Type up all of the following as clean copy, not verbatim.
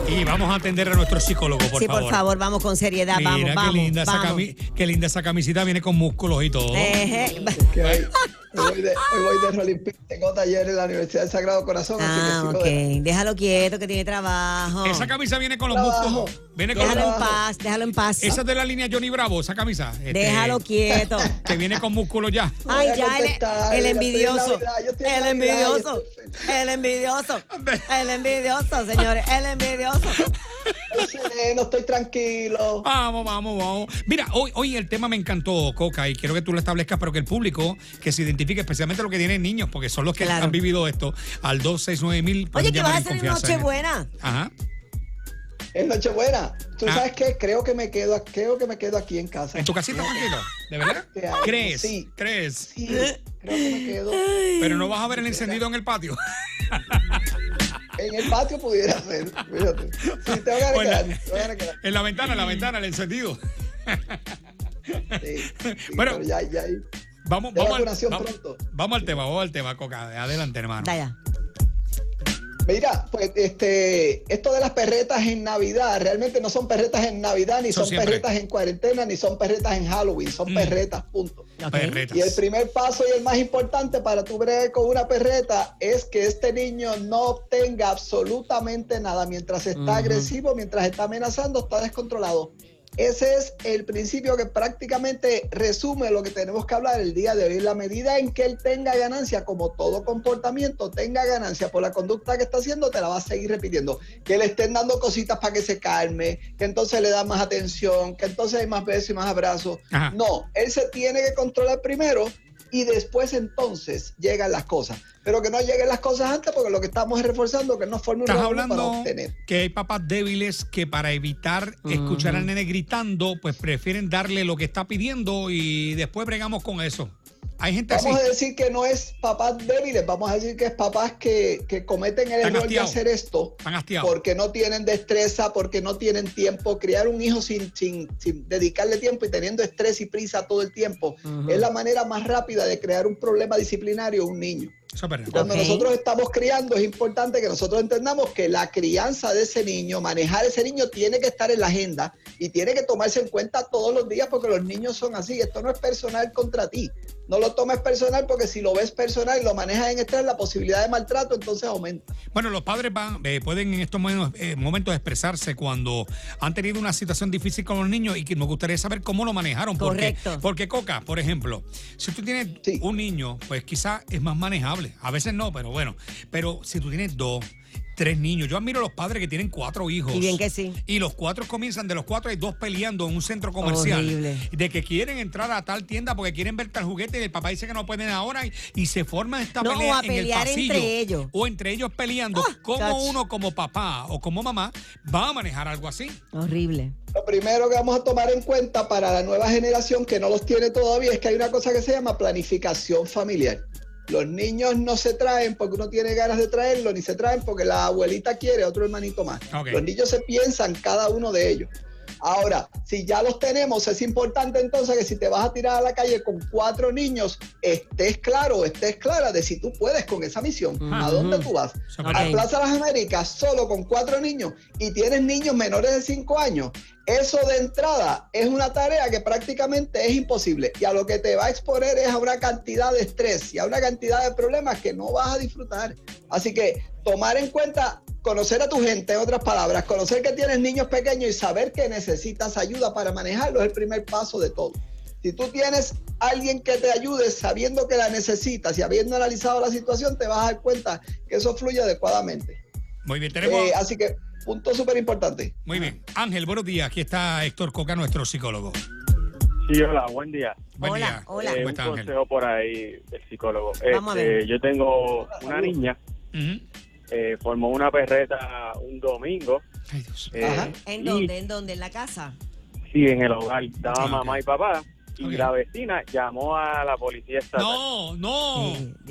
Y vamos a atender a nuestro psicólogo, por favor. Sí, por favor, vamos con seriedad. Mira, vamos, vamos. Qué linda esa camisita, viene con músculos y todo. Que hoy voy de Rolling Pin. Tengo taller en la Universidad del Sagrado Corazón. Ok. Déjalo quieto, que tiene trabajo. Esa camisa viene con los músculos. Déjalo en paz. Esa es de la línea Johnny Bravo, esa camisa. Déjalo quieto. Que viene con músculos ya. Ay, ya, el envidioso. El envidioso, señores. El envidioso. No estoy tranquilo. Vamos. Mira, hoy el tema me encantó, Coca, y quiero que tú lo establezcas, pero que el público que se identifique, especialmente los que tienen niños, porque son los que han vivido esto, al 269-1000. Oye, ¿qué vas a hacer en Nochebuena? Ajá. En Nochebuena. ¿Tú sabes qué? Creo que me quedo aquí en casa. ¿En tu casita, tranquilo? ¿De verdad? ¿Crees? Sí. ¿Crees? Sí, creo que me quedo. Pero no vas a ver el encendido en el patio. En el patio pudiera ser, fíjate. Sí, te voy a quedar. En la ventana, el encendido. Sí, bueno, ya. Vamos al tema, Coca. Adelante, hermano. Ya. Mira, pues esto de las perretas en Navidad, realmente no son perretas en Navidad, ni son perretas en cuarentena, ni son perretas en Halloween, son perretas, punto. Perretas. Y el primer paso y el más importante para tu bregar con una perreta es que este niño no obtenga absolutamente nada mientras está agresivo, mientras está amenazando, está descontrolado. Ese es el principio que prácticamente resume lo que tenemos que hablar el día de hoy. En la medida en que él tenga ganancia, como todo comportamiento, tenga ganancia por la conducta que está haciendo, te la va a seguir repitiendo. Que le estén dando cositas para que se calme, que entonces le da más atención, que entonces hay más besos y más abrazos. Ajá. No, él se tiene que controlar primero y después entonces llegan las cosas. Pero que no lleguen las cosas antes, porque lo que estamos es reforzando que no forme un hablando para obtener. Que hay papás débiles que para evitar escuchar al nene gritando, pues prefieren darle lo que está pidiendo y después bregamos con eso. Hay gente Vamos a decir que no es papás débiles, vamos a decir que es papás que cometen el error de hacer esto porque no tienen destreza, porque no tienen tiempo. Criar un hijo sin dedicarle tiempo y teniendo estrés y prisa todo el tiempo es la manera más rápida de crear un problema disciplinario a un niño. Cuando nosotros estamos criando es importante que nosotros entendamos que la crianza de ese niño, manejar ese niño tiene que estar en la agenda y tiene que tomarse en cuenta todos los días porque los niños son así. Esto no es personal contra ti. No lo tomes personal porque si lo ves personal y lo manejas en estrés, la posibilidad de maltrato entonces aumenta. Bueno, los padres pueden en estos momentos expresarse cuando han tenido una situación difícil con los niños y que nos gustaría saber cómo lo manejaron. Correcto. Porque Coca, por ejemplo, si tú tienes un niño, pues quizás es más manejable. A veces no, pero bueno. Pero si tú tienes 2, 3 niños. Yo admiro a los padres que tienen 4 hijos. Y bien que sí. Y los 4 comienzan, de los 4 hay 2 peleando en un centro comercial. Horrible. De que quieren entrar a tal tienda porque quieren ver tal juguete y el papá dice que no pueden ahora y se forma esta pelea en el pasillo. Entre ellos. O entre ellos peleando. ¿Cómo uno como papá o como mamá va a manejar algo así? Horrible. Lo primero que vamos a tomar en cuenta para la nueva generación que no los tiene todavía es que hay una cosa que se llama planificación familiar. Los niños no se traen porque uno tiene ganas de traerlos, ni se traen porque la abuelita quiere otro hermanito más. Los niños se piensan cada uno de ellos. Ahora, si ya los tenemos, es importante entonces que si te vas a tirar a la calle con 4 niños, estés claro, estés clara de si tú puedes con esa misión. ¿A dónde tú vas? A Plaza Las Américas solo con 4 niños y tienes niños menores de 5 años. Eso de entrada es una tarea que prácticamente es imposible y a lo que te va a exponer es a una cantidad de estrés y a una cantidad de problemas que no vas a disfrutar. Así que tomar en cuenta, conocer a tu gente, en otras palabras, conocer que tienes niños pequeños y saber que necesitas ayuda para manejarlos es el primer paso de todo. Si tú tienes alguien que te ayude sabiendo que la necesitas y habiendo analizado la situación, te vas a dar cuenta que eso fluye adecuadamente. Muy bien, tenemos... así que... punto súper importante. Muy bien. Ángel, buenos días. Aquí está Héctor Coca, nuestro psicólogo. Sí, hola, buen día. Buen día. Hola. Un consejo por ahí del psicólogo. Vamos a ver. Yo tengo una niña, formó una perreta un domingo. Ay, Dios. ¿En dónde? ¿En dónde? ¿En la casa? Sí, en el hogar. Estaba mamá y papá. Y la vecina llamó a la policía estatal. No,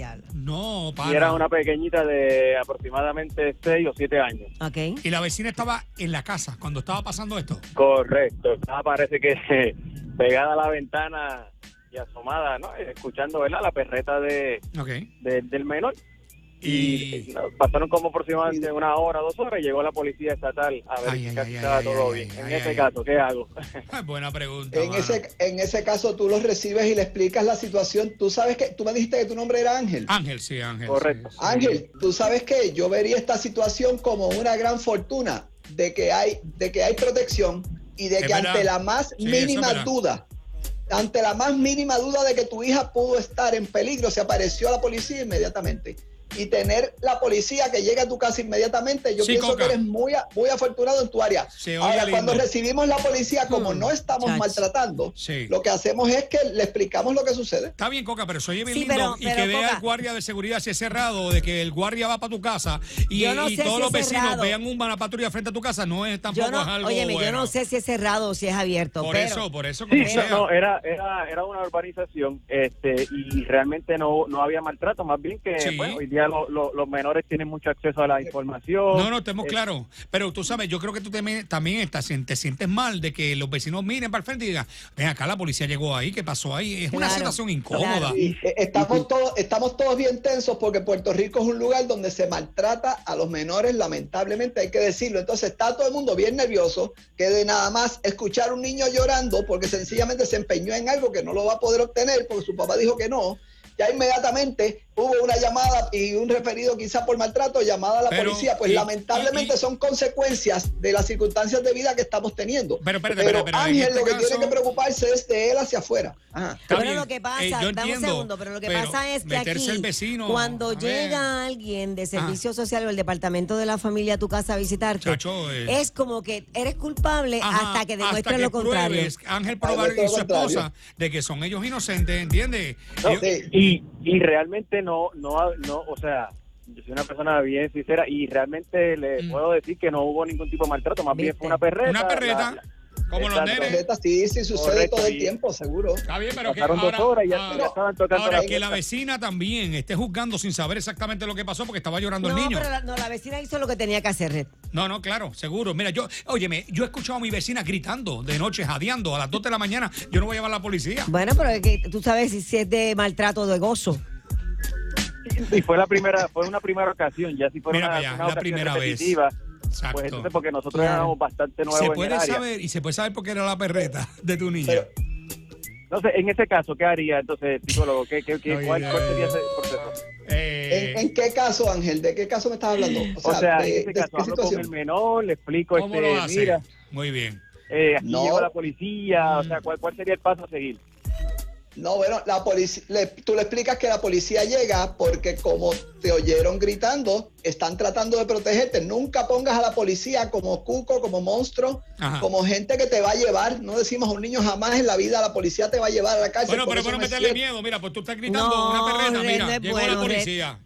para. Y era una pequeñita de aproximadamente 6 o 7 años. Okay. Y la vecina estaba en la casa cuando estaba pasando esto. Correcto. Estaba, parece que pegada a la ventana y asomada, ¿no? Escuchando, ¿verdad? La perreta del menor. Y pasaron como aproximadamente 1 hora, 2 horas y llegó la policía estatal a verificar si estaba todo bien. En ese caso, ¿qué hago? Buena pregunta. En ese caso, tú los recibes y le explicas la situación. Tú sabes que, tú me dijiste que tu nombre era Ángel. Ángel, sí, Ángel. Correcto. Sí. Ángel, tú sabes que yo vería esta situación como una gran fortuna de que hay protección y de que ante la más mínima duda, de que tu hija pudo estar en peligro, se apareció la policía inmediatamente. Y tener la policía que llegue a tu casa inmediatamente, yo pienso Coca, que eres muy afortunado en tu área. Ahora, cuando recibimos la policía, como no estamos maltratando, lo que hacemos es que le explicamos lo que sucede. Está bien, Coca, pero soy bien lindo y que vea el guardia de seguridad si es cerrado, de que el guardia va para tu casa y todos los vecinos vean una patrulla frente a tu casa, no es tampoco algo bueno. Yo no sé si es cerrado o si es abierto. Por eso, como sea. No, era una urbanización y realmente no había maltrato, más bien que hoy día los menores tienen mucho acceso a la información. No, estamos claros. Pero tú sabes, yo creo que tú también te sientes mal de que los vecinos miren para el frente y digan, ven acá, la policía llegó ahí, ¿qué pasó ahí? Es una situación incómoda. Y estamos todos bien tensos porque Puerto Rico es un lugar donde se maltrata a los menores, lamentablemente, hay que decirlo. Entonces está todo el mundo bien nervioso que de nada más escuchar a un niño llorando porque sencillamente se empeñó en algo que no lo va a poder obtener porque su papá dijo que no. Ya inmediatamente hubo una llamada y un referido quizá por maltrato, llamada a la policía, pues lamentablemente son consecuencias de las circunstancias de vida que estamos teniendo. Pero Ángel, lo que tiene que preocuparse es de él hacia afuera. Pero lo que pasa, dame un segundo, pero lo que pasa es que aquí, cuando llega alguien de servicio social o el departamento de la familia a tu casa a visitarte, es como que eres culpable hasta que demuestres lo contrario. Ángel probar y su esposa de que son ellos inocentes, ¿entiendes? Y realmente no, o sea, yo soy una persona bien sincera y realmente le puedo decir que no hubo ningún tipo de maltrato, más bien fue una perreta. Una perreta, como los nenes. Sí, sucede todo el tiempo, seguro. Está bien, pero que ahora que la vecina también esté juzgando sin saber exactamente lo que pasó porque estaba llorando el niño. Pero la vecina hizo lo que tenía que hacer. No, claro, seguro. Mira, yo he escuchado a mi vecina gritando de noche, jadeando a las 2 de la mañana. Yo no voy a llamar a la policía. Bueno, pero es que tú sabes si es de maltrato o de gozo. Y fue una primera ocasión, ya si fue una primera repetitiva, vez. Exacto. Pues entonces porque nosotros éramos bastante nuevos se puede saber por qué era la perreta de tu niña. No sé, en ese caso, ¿qué haría entonces, psicólogo? ¿Cuál sería ese proceso? ¿En qué caso, Ángel? ¿De qué caso me estás hablando? O sea, en ese caso hablo con el menor, le explico ¿Cómo lo hace? Mira. Muy bien. Aquí llegó la policía, o sea, ¿cuál sería el paso a seguir? No, bueno, la policía, tú le explicas que la policía llega porque como te oyeron gritando, están tratando de protegerte. Nunca pongas a la policía como cuco, como monstruo, como gente que te va a llevar. No decimos a un niño jamás en la vida la policía te va a llevar a la cárcel. Bueno, pero no meterle miedo. Mira, pues tú estás gritando una perreta. Mira, llegó la policía.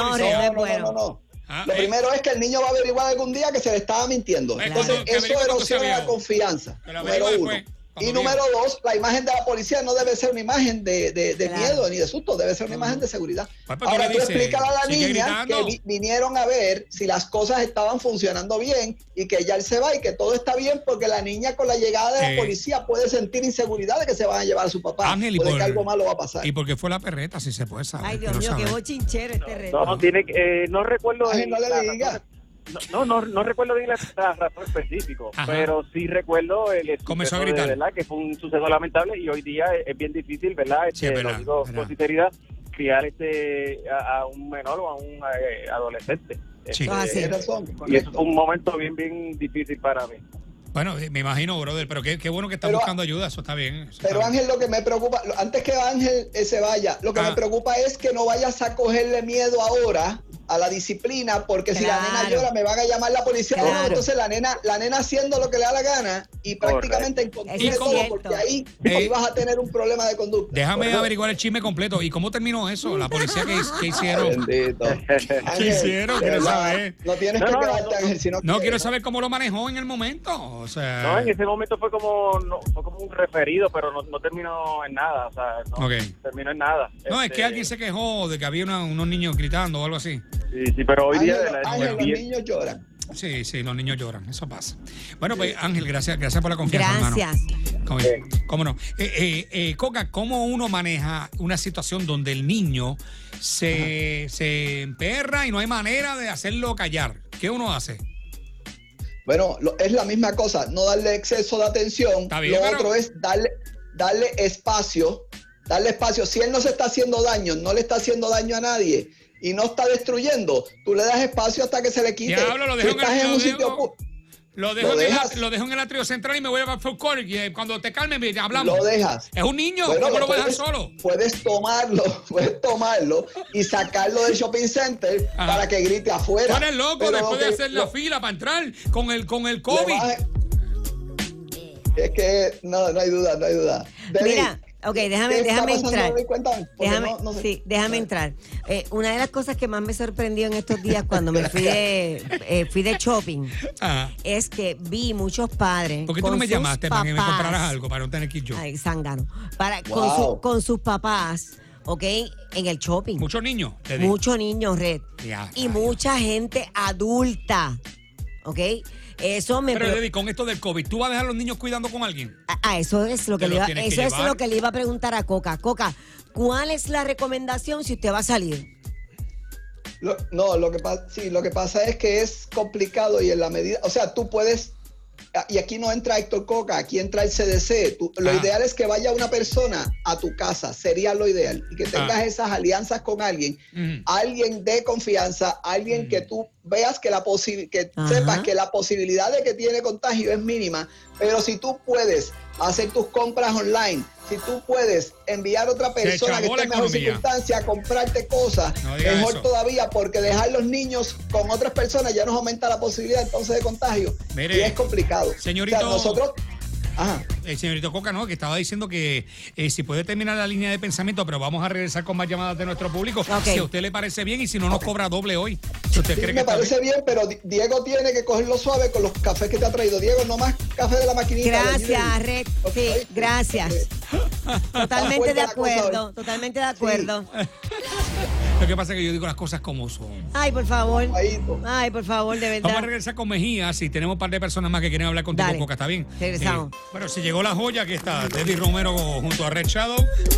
No. Lo primero es que el niño va a averiguar algún día que se le estaba mintiendo. Entonces, eso erosiona la confianza. Número uno. Y número 2, la imagen de la policía no debe ser una imagen de miedo ni de susto, debe ser una imagen de seguridad. Ahora tú explícale a la niña que vinieron a ver si las cosas estaban funcionando bien y que ya él se va y que todo está bien porque la niña con la llegada de la policía puede sentir inseguridad de que se van a llevar a su papá, Ángel, o de que algo malo va a pasar. ¿Y por qué fue la perreta? Si se puede saber. Ay, Dios mío, qué bochinchero este reto. No recuerdo. Ángel, no le digas. No recuerdo bien la razón específica, pero sí recuerdo el comenzó a suceso gritar. De verdad que fue un suceso lamentable y hoy día es bien difícil, ¿verdad? Lo digo con sinceridad, criar a un menor o a un adolescente. Sí. Y es un momento bien difícil para mí. Bueno, me imagino, brother, pero qué bueno que estás buscando ayuda, eso está bien. Pero Ángel, lo que me preocupa, antes que Ángel se vaya, lo que me preocupa es que no vayas a cogerle miedo ahora a la disciplina, porque si la nena llora me van a llamar la policía. No, entonces la nena haciendo lo que le da la gana y prácticamente encontré todo, porque ahí vas a tener un problema de conducta. Déjame averiguar el chisme completo. ¿Y cómo terminó eso? ¿La policía qué hicieron? Bendito. ¿Qué hicieron? Quiero saber. No tienes que quedarte, Ángel, sino no quiero saber cómo lo manejó en el momento. O sea, no, en ese momento fue como un referido, pero no terminó en nada. O sea, no terminó en nada. No, es que alguien se quejó de que había unos niños gritando o algo así. Sí, pero hoy día Ángel, los niños lloran. Sí, los niños lloran, eso pasa. Bueno, pues Ángel, gracias por la confianza, hermano. ¿Cómo no? Coca, ¿cómo uno maneja una situación donde el niño se emperra y no hay manera de hacerlo callar? ¿Qué uno hace? Bueno, es la misma cosa, no darle exceso de atención. Bien, lo otro es darle espacio. Si él no se está haciendo daño, no le está haciendo daño a nadie y no está destruyendo, tú le das espacio hasta que se le quite. Lo dejo en el atrio central y me voy a food court y cuando te calmes hablamos. Lo dejas. Es un niño, ¿cómo lo voy a dejar solo? Puedes tomarlo y sacarlo del shopping center para que grite afuera. Tú eres loco después de hacer la fila para entrar con el COVID. Es que no hay duda. Mira, ok, déjame entrar. Déjame entrar. Una de las cosas que más me sorprendió en estos días cuando me fui de shopping es que vi muchos padres. ¿Por qué tú no me llamaste para que me compraras algo para no tener que ir yo? Ay, zángano. Con sus papás, ¿ok? En el shopping. Muchos niños. Muchos niños, Red. Mucha gente adulta, ¿ok? Pero Eddie, con esto del COVID, ¿tú vas a dejar a los niños cuidando con alguien? Eso es lo que le iba a preguntar a Coca. Coca, ¿cuál es la recomendación si usted va a salir? Lo que pasa es que es complicado y en la medida, o sea, tú puedes, y aquí no entra Héctor Coca, aquí entra el CDC. Lo ideal es que vaya una persona a tu casa, sería lo ideal, y que tengas esas alianzas con alguien, alguien de confianza, alguien que tú veas que sepas que la posibilidad de que tiene contagio es mínima, pero si tú puedes hacer tus compras online, si tú puedes enviar a otra persona que esté en mejor circunstancia a comprarte cosas, mejor todavía, porque dejar los niños con otras personas ya nos aumenta la posibilidad entonces de contagio. Mire, y es complicado. Señorito, o sea, nosotros... El señorito Coca, ¿no? Que estaba diciendo que si puede terminar la línea de pensamiento, pero vamos a regresar con más llamadas de nuestro público. Si a usted le parece bien y si no nos cobra doble hoy. Si usted cree me parece bien, pero Diego tiene que cogerlo suave con los cafés que te ha traído. Diego, no más café de la maquinita. Gracias, Red. Sí, gracias. Totalmente de acuerdo. Totalmente de acuerdo. Lo que pasa es que yo digo las cosas como son. Ay, por favor. Ay, por favor, de verdad. Vamos a regresar con Mejías y tenemos un par de personas más que quieren hablar contigo, Dale. Coca, ¿está bien? Regresamos. Bueno, si llegó la joya, aquí está Eddie Romero junto a Red Shadow.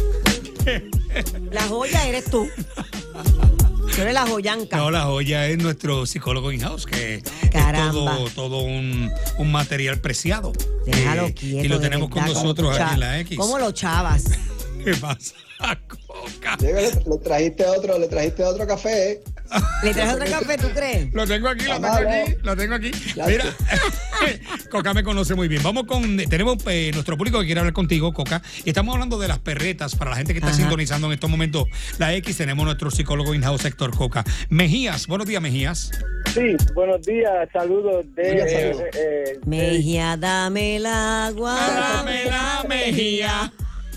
La joya eres tú. Tú eres la joyanca. No, la joya es nuestro psicólogo in-house, que es todo un material preciado. Déjalo quieto. Y lo tenemos con nosotros aquí en la X. ¿Cómo lo chavas? ¿Qué pasa, Coca? Le trajiste otro café, ¿Le traes otro café, tú crees? Lo tengo aquí. Mira, Coca me conoce muy bien. Tenemos nuestro público que quiere hablar contigo, Coca, y estamos hablando de las perretas para la gente que está sintonizando en estos momentos la X. Tenemos nuestro psicólogo in-house, Héctor Coca. Mejías, buenos días, Mejías. Sí, buenos días, saludos Mejía, dame el agua. Dame la Mejía.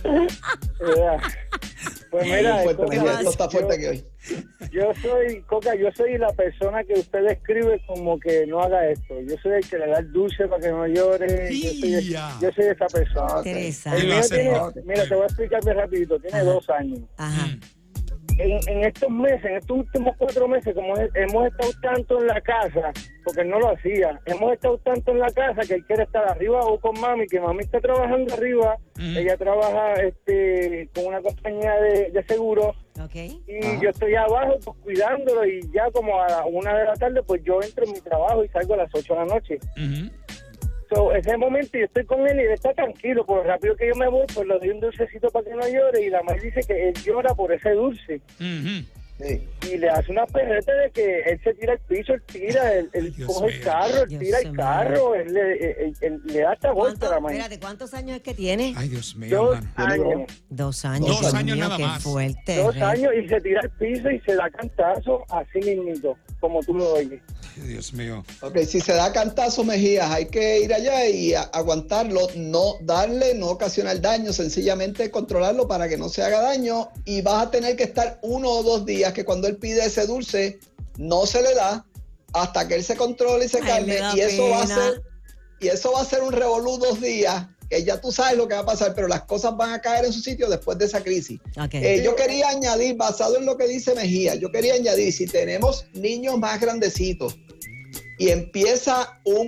Pues mira, esto está fuerte aquí hoy. Yo soy la persona que usted describe como que no haga esto. Yo soy el que le da el dulce para que no llore. Yo soy esa persona. Mira, te voy a explicar rapidito. Tiene 2 años. Ajá. En estos últimos 4 meses, como hemos estado tanto en la casa, porque él no lo hacía, hemos estado tanto en la casa que él quiere estar arriba o con mami, que mami está trabajando arriba, ella trabaja con una compañía de seguros, y yo estoy abajo pues, cuidándolo, y ya como a la 1 de la tarde, pues yo entro en mi trabajo y salgo a las 8 de la noche. Ese momento yo estoy con él y él está tranquilo, por lo rápido que yo me voy, pues le doy un dulcecito para que no llore, y la madre dice que él llora por ese dulce. Y le hace una perreta de que él se tira al piso, él coge el carro, él tira el carro, él le da esta vuelta a la madre. Espérate, ¿cuántos años es que tiene? Ay, Dios mío, 2 años. 2 años. 2 años nada más. Qué fuerte. 2 años y se tira al piso y se da cantazo así mismito, como tú lo oyes. Dios mío. Ok, si se da cantazo, Mejías, hay que ir allá y aguantarlo, no darle, no ocasionar daño, sencillamente controlarlo para que no se haga daño, y vas a tener que estar 1 o 2 días que cuando él pide ese dulce no se le da hasta que él se controle y se calme, y eso va a ser un revolú 2 días, que ya tú sabes lo que va a pasar, pero las cosas van a caer en su sitio después de esa crisis. Yo quería añadir, basado en lo que dice Mejía, si tenemos niños más grandecitos y empieza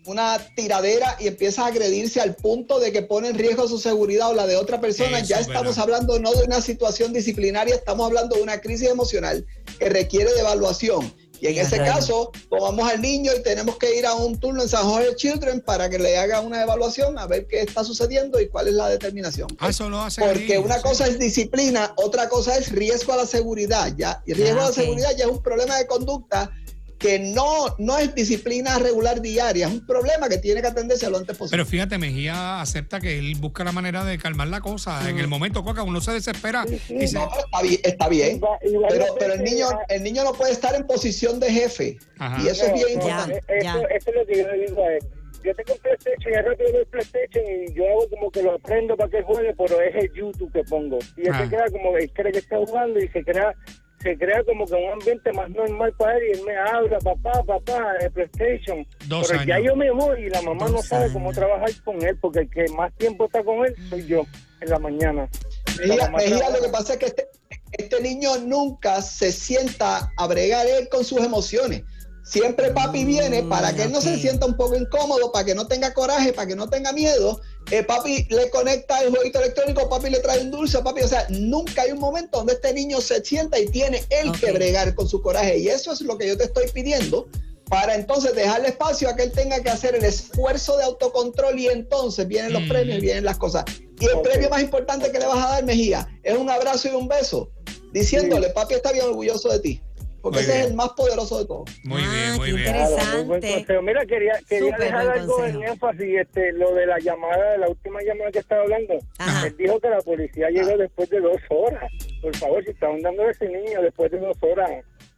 una tiradera y empieza a agredirse al punto de que pone en riesgo su seguridad o la de otra persona, ya estamos hablando no de una situación disciplinaria, estamos hablando de una crisis emocional que requiere de evaluación. Y en ese caso, tomamos al niño y tenemos que ir a un turno en San Jorge Children para que le haga una evaluación a ver qué está sucediendo y cuál es la determinación. Eso lo hace porque una cosa es disciplina, otra cosa es riesgo a la seguridad. ¿Ya? Y riesgo a la seguridad ya es un problema de conducta que no es disciplina regular diaria, es un problema que tiene que atenderse lo antes posible. Pero fíjate, Mejía acepta que él busca la manera de calmar la cosa. En el momento, Coca, uno se desespera. Y se... No, está bien. Pero el niño no puede estar en posición de jefe. Ajá. Y eso es bien importante. Eso es lo que yo le digo a él. Yo tengo un PlayStation y es rápido el PlayStation y yo hago como que lo aprendo para que juegue, pero es el YouTube que pongo. Y él se queda como, él cree que está jugando y se crea como que un ambiente más normal para él y él me habla, papá, el PlayStation. Pero ya yo me voy y la mamá no sabe cómo trabajar con él porque el que más tiempo está con él soy yo en la mañana. Mejía, lo que pasa es que este niño nunca se sienta a bregar él con sus emociones. Siempre papi viene para que él no se sienta un poco incómodo, para que no tenga coraje, para que no tenga miedo. Papi le conecta el jueguito electrónico, papi le trae un dulce, papi, o sea, nunca hay un momento donde este niño se sienta y tiene él que bregar con su coraje. Y eso es lo que yo te estoy pidiendo para entonces dejarle espacio a que él tenga que hacer el esfuerzo de autocontrol y entonces vienen los premios y vienen las cosas. Y el premio más importante que le vas a dar, Mejía, es un abrazo y un beso, diciéndole, papi está bien orgulloso de ti. Porque ese es el más poderoso de todos. Muy bien. Interesante. Claro, mira, quería dejar algo en énfasis, lo de la llamada, de la última llamada que estaba hablando. Ajá. Él dijo que la policía llegó después de 2 horas. Por favor, si estaban dando a ese niño después de 2 horas.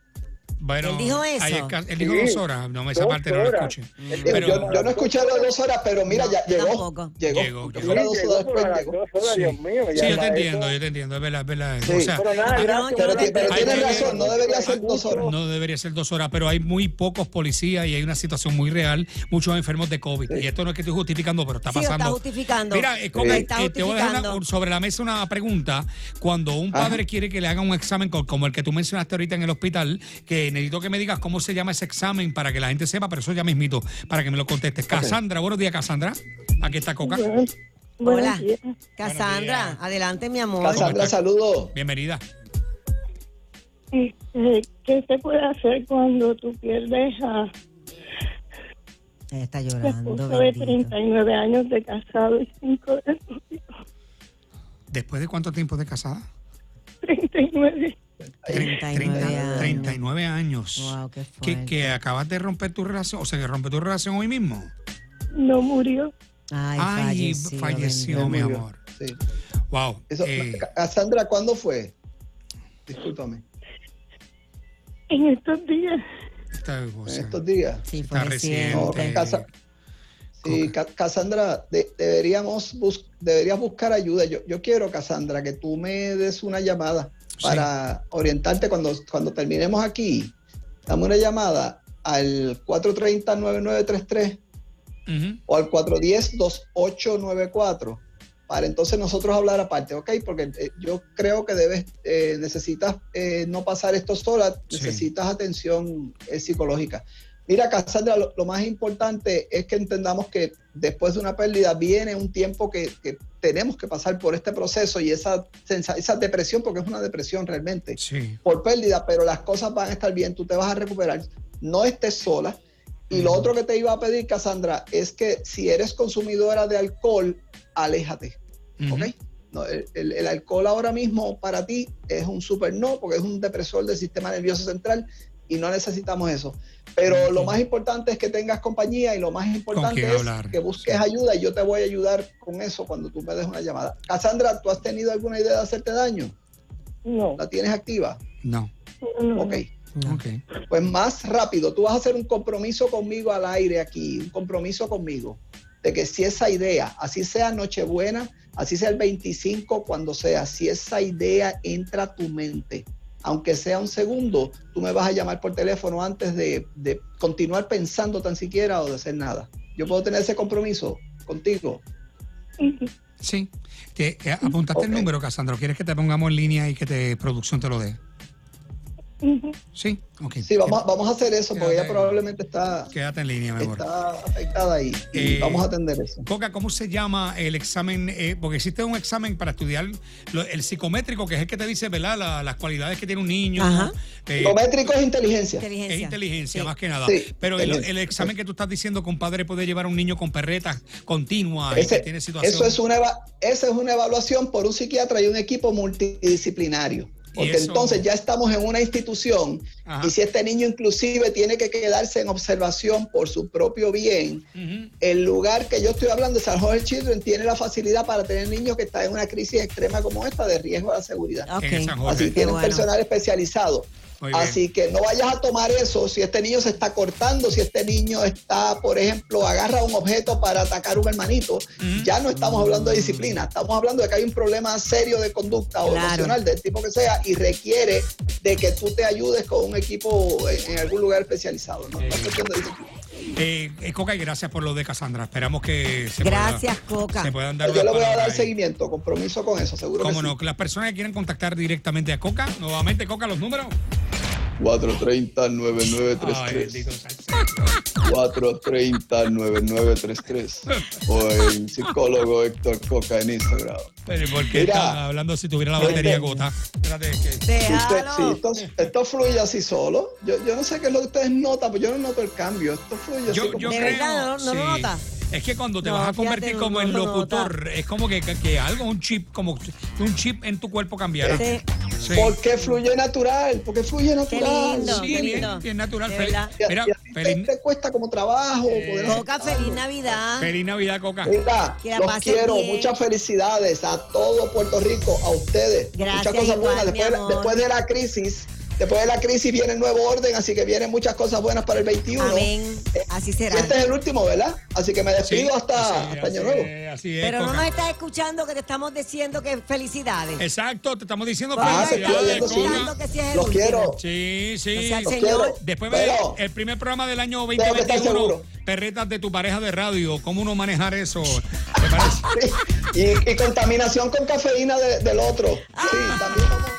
Bueno, él dijo eso. Él dijo 2 horas. No, esa parte no la escuché. Pero, yo no escuché lo de 2 horas, pero mira, ya llegó. Llegó. Fuera 2 horas después llegó. Dios mío. Sí, yo te entiendo. Es verdad. Sí. O sea, pero tienes razón, no debería ser 2 horas. No debería ser 2 horas, pero hay muy pocos policías y hay una situación muy real, muchos enfermos de COVID. Y esto no es que estoy justificando, pero está pasando. Está justificando. Mira, te voy a dejar sobre la mesa una pregunta. Cuando un padre quiere que le hagan un examen como el que tú mencionaste ahorita en el hospital, que necesito que me digas cómo se llama ese examen para que la gente sepa, pero eso ya mismito, para que me lo contestes. Cassandra, buenos días, Cassandra. Aquí está Coca. Hola, Cassandra, adelante, mi amor. Cassandra, saludos. Bienvenida. ¿Qué se puede hacer cuando tú pierdes a... Ella está llorando. Después de 39 años de casado y 5 de hijos. ¿Después de cuánto tiempo de casada? 39. 39 años. Wow, qué fuerte. Que acabas de romper tu relación, o sea, que rompe tu relación hoy mismo. No murió. Ay, falleció, mi amor. Sí. Wow. Eso, Cassandra, ¿cuándo fue? Discúlpame. En estos días. En estos días. Sí, fue reciente. Cassandra, deberías buscar ayuda. Yo quiero, Cassandra, que tú me des una llamada para orientarte cuando terminemos aquí. Dame una llamada al 430-9933 o al 410-2894 para entonces nosotros hablar aparte, ¿ok? Porque yo creo que necesitas no pasar esto sola, necesitas atención psicológica. Mira, Cassandra, lo más importante es que entendamos que después de una pérdida viene un tiempo que tenemos que pasar por este proceso y esa depresión, porque es una depresión realmente, por pérdida, pero las cosas van a estar bien, tú te vas a recuperar, no estés sola. Y lo otro que te iba a pedir, Cassandra, es que si eres consumidora de alcohol, aléjate, ¿ok? No, el alcohol ahora mismo para ti es un súper no, porque es un depresor del sistema nervioso central y no necesitamos eso. Pero lo más importante es que tengas compañía y lo más importante es que busques ayuda y yo te voy a ayudar con eso cuando tú me des una llamada. Cassandra, ¿tú has tenido alguna idea de hacerte daño? No. ¿La tienes activa? No. Ok. Pues más rápido, tú vas a hacer un compromiso conmigo al aire aquí, un compromiso conmigo, de que si esa idea, así sea Nochebuena, así sea el 25, cuando sea, si esa idea entra a tu mente, aunque sea un segundo, tú me vas a llamar por teléfono antes de continuar pensando tan siquiera o de hacer nada. ¿Yo puedo tener ese compromiso contigo? Sí. ¿Apuntaste el número, Cassandra? ¿Quieres que te pongamos en línea y que producción te lo dé? Sí, ok. Sí, vamos a hacer eso, porque ella probablemente Quédate en línea, mi amor. Está afectada ahí. Y vamos a atender eso. Coca, ¿cómo se llama el examen? Porque existe un examen para estudiar el psicométrico, que es el que te dice, ¿verdad? Las cualidades que tiene un niño. Ajá. Psicométrico es inteligencia. Es inteligencia, más que nada. Sí, pero el examen que tú estás diciendo, compadre, puede llevar a un niño con perretas continuas y que tiene situaciones. Esa es una evaluación por un psiquiatra y un equipo multidisciplinario. Porque entonces ya estamos en una institución. Ajá. Y si este niño inclusive tiene que quedarse en observación por su propio bien, el lugar que yo estoy hablando de San Jorge Children tiene la facilidad para tener niños que están en una crisis extrema como esta de riesgo a la seguridad. Okay. Así tienen personal especializado. Así que no vayas a tomar eso si este niño se está cortando, si este niño está, por ejemplo, agarra un objeto para atacar a un hermanito, ya no estamos hablando de disciplina, estamos hablando de que hay un problema serio de conducta o emocional del tipo que sea y requiere de que tú te ayudes con un equipo en algún lugar especializado, ¿no? Coca, y gracias por lo de Cassandra. Esperamos que Coca. Se puedan dar yo le voy a dar seguimiento, compromiso con eso, seguro. ¿Cómo que no? sí. Que las personas que quieren contactar directamente a Coca, nuevamente, Coca, los números. 430-9933. 430-9933. O el psicólogo Héctor Coca en Instagram. Pero ¿por qué está hablando si tuviera la batería agota? Espérate, esto fluye así solo. Yo no sé qué es lo que ustedes notan, pero yo no noto el cambio. Esto fluye así. ¿De verdad no lo notas? Es que cuando te vas a convertir como en locutor, es como que algo, un chip en tu cuerpo cambiará. Sí. Sí. Porque fluye natural, Qué lindo, sí, qué lindo. Bien natural. Mira, te cuesta como trabajo. Coca, feliz Navidad. Feliz Navidad, Coca. Mira, los quiero, muchas felicidades a todo Puerto Rico, a ustedes. Gracias, muchas cosas buenas. Después de la crisis viene el nuevo orden, así que vienen muchas cosas buenas para el 21. Amén. Así será. Este es el último, ¿verdad? Así que me despido hasta Año Nuevo. Así es, pero Coca. no nos estás escuchando que te estamos diciendo que felicidades. Exacto, te estamos diciendo felicidades, Coca. Los quiero. Sí. Los quiero. Después ve el primer programa del año 2021, perretas de tu pareja de radio, cómo uno manejar eso. ¿Te parece? Y contaminación con cafeína del otro. Sí, también vamos.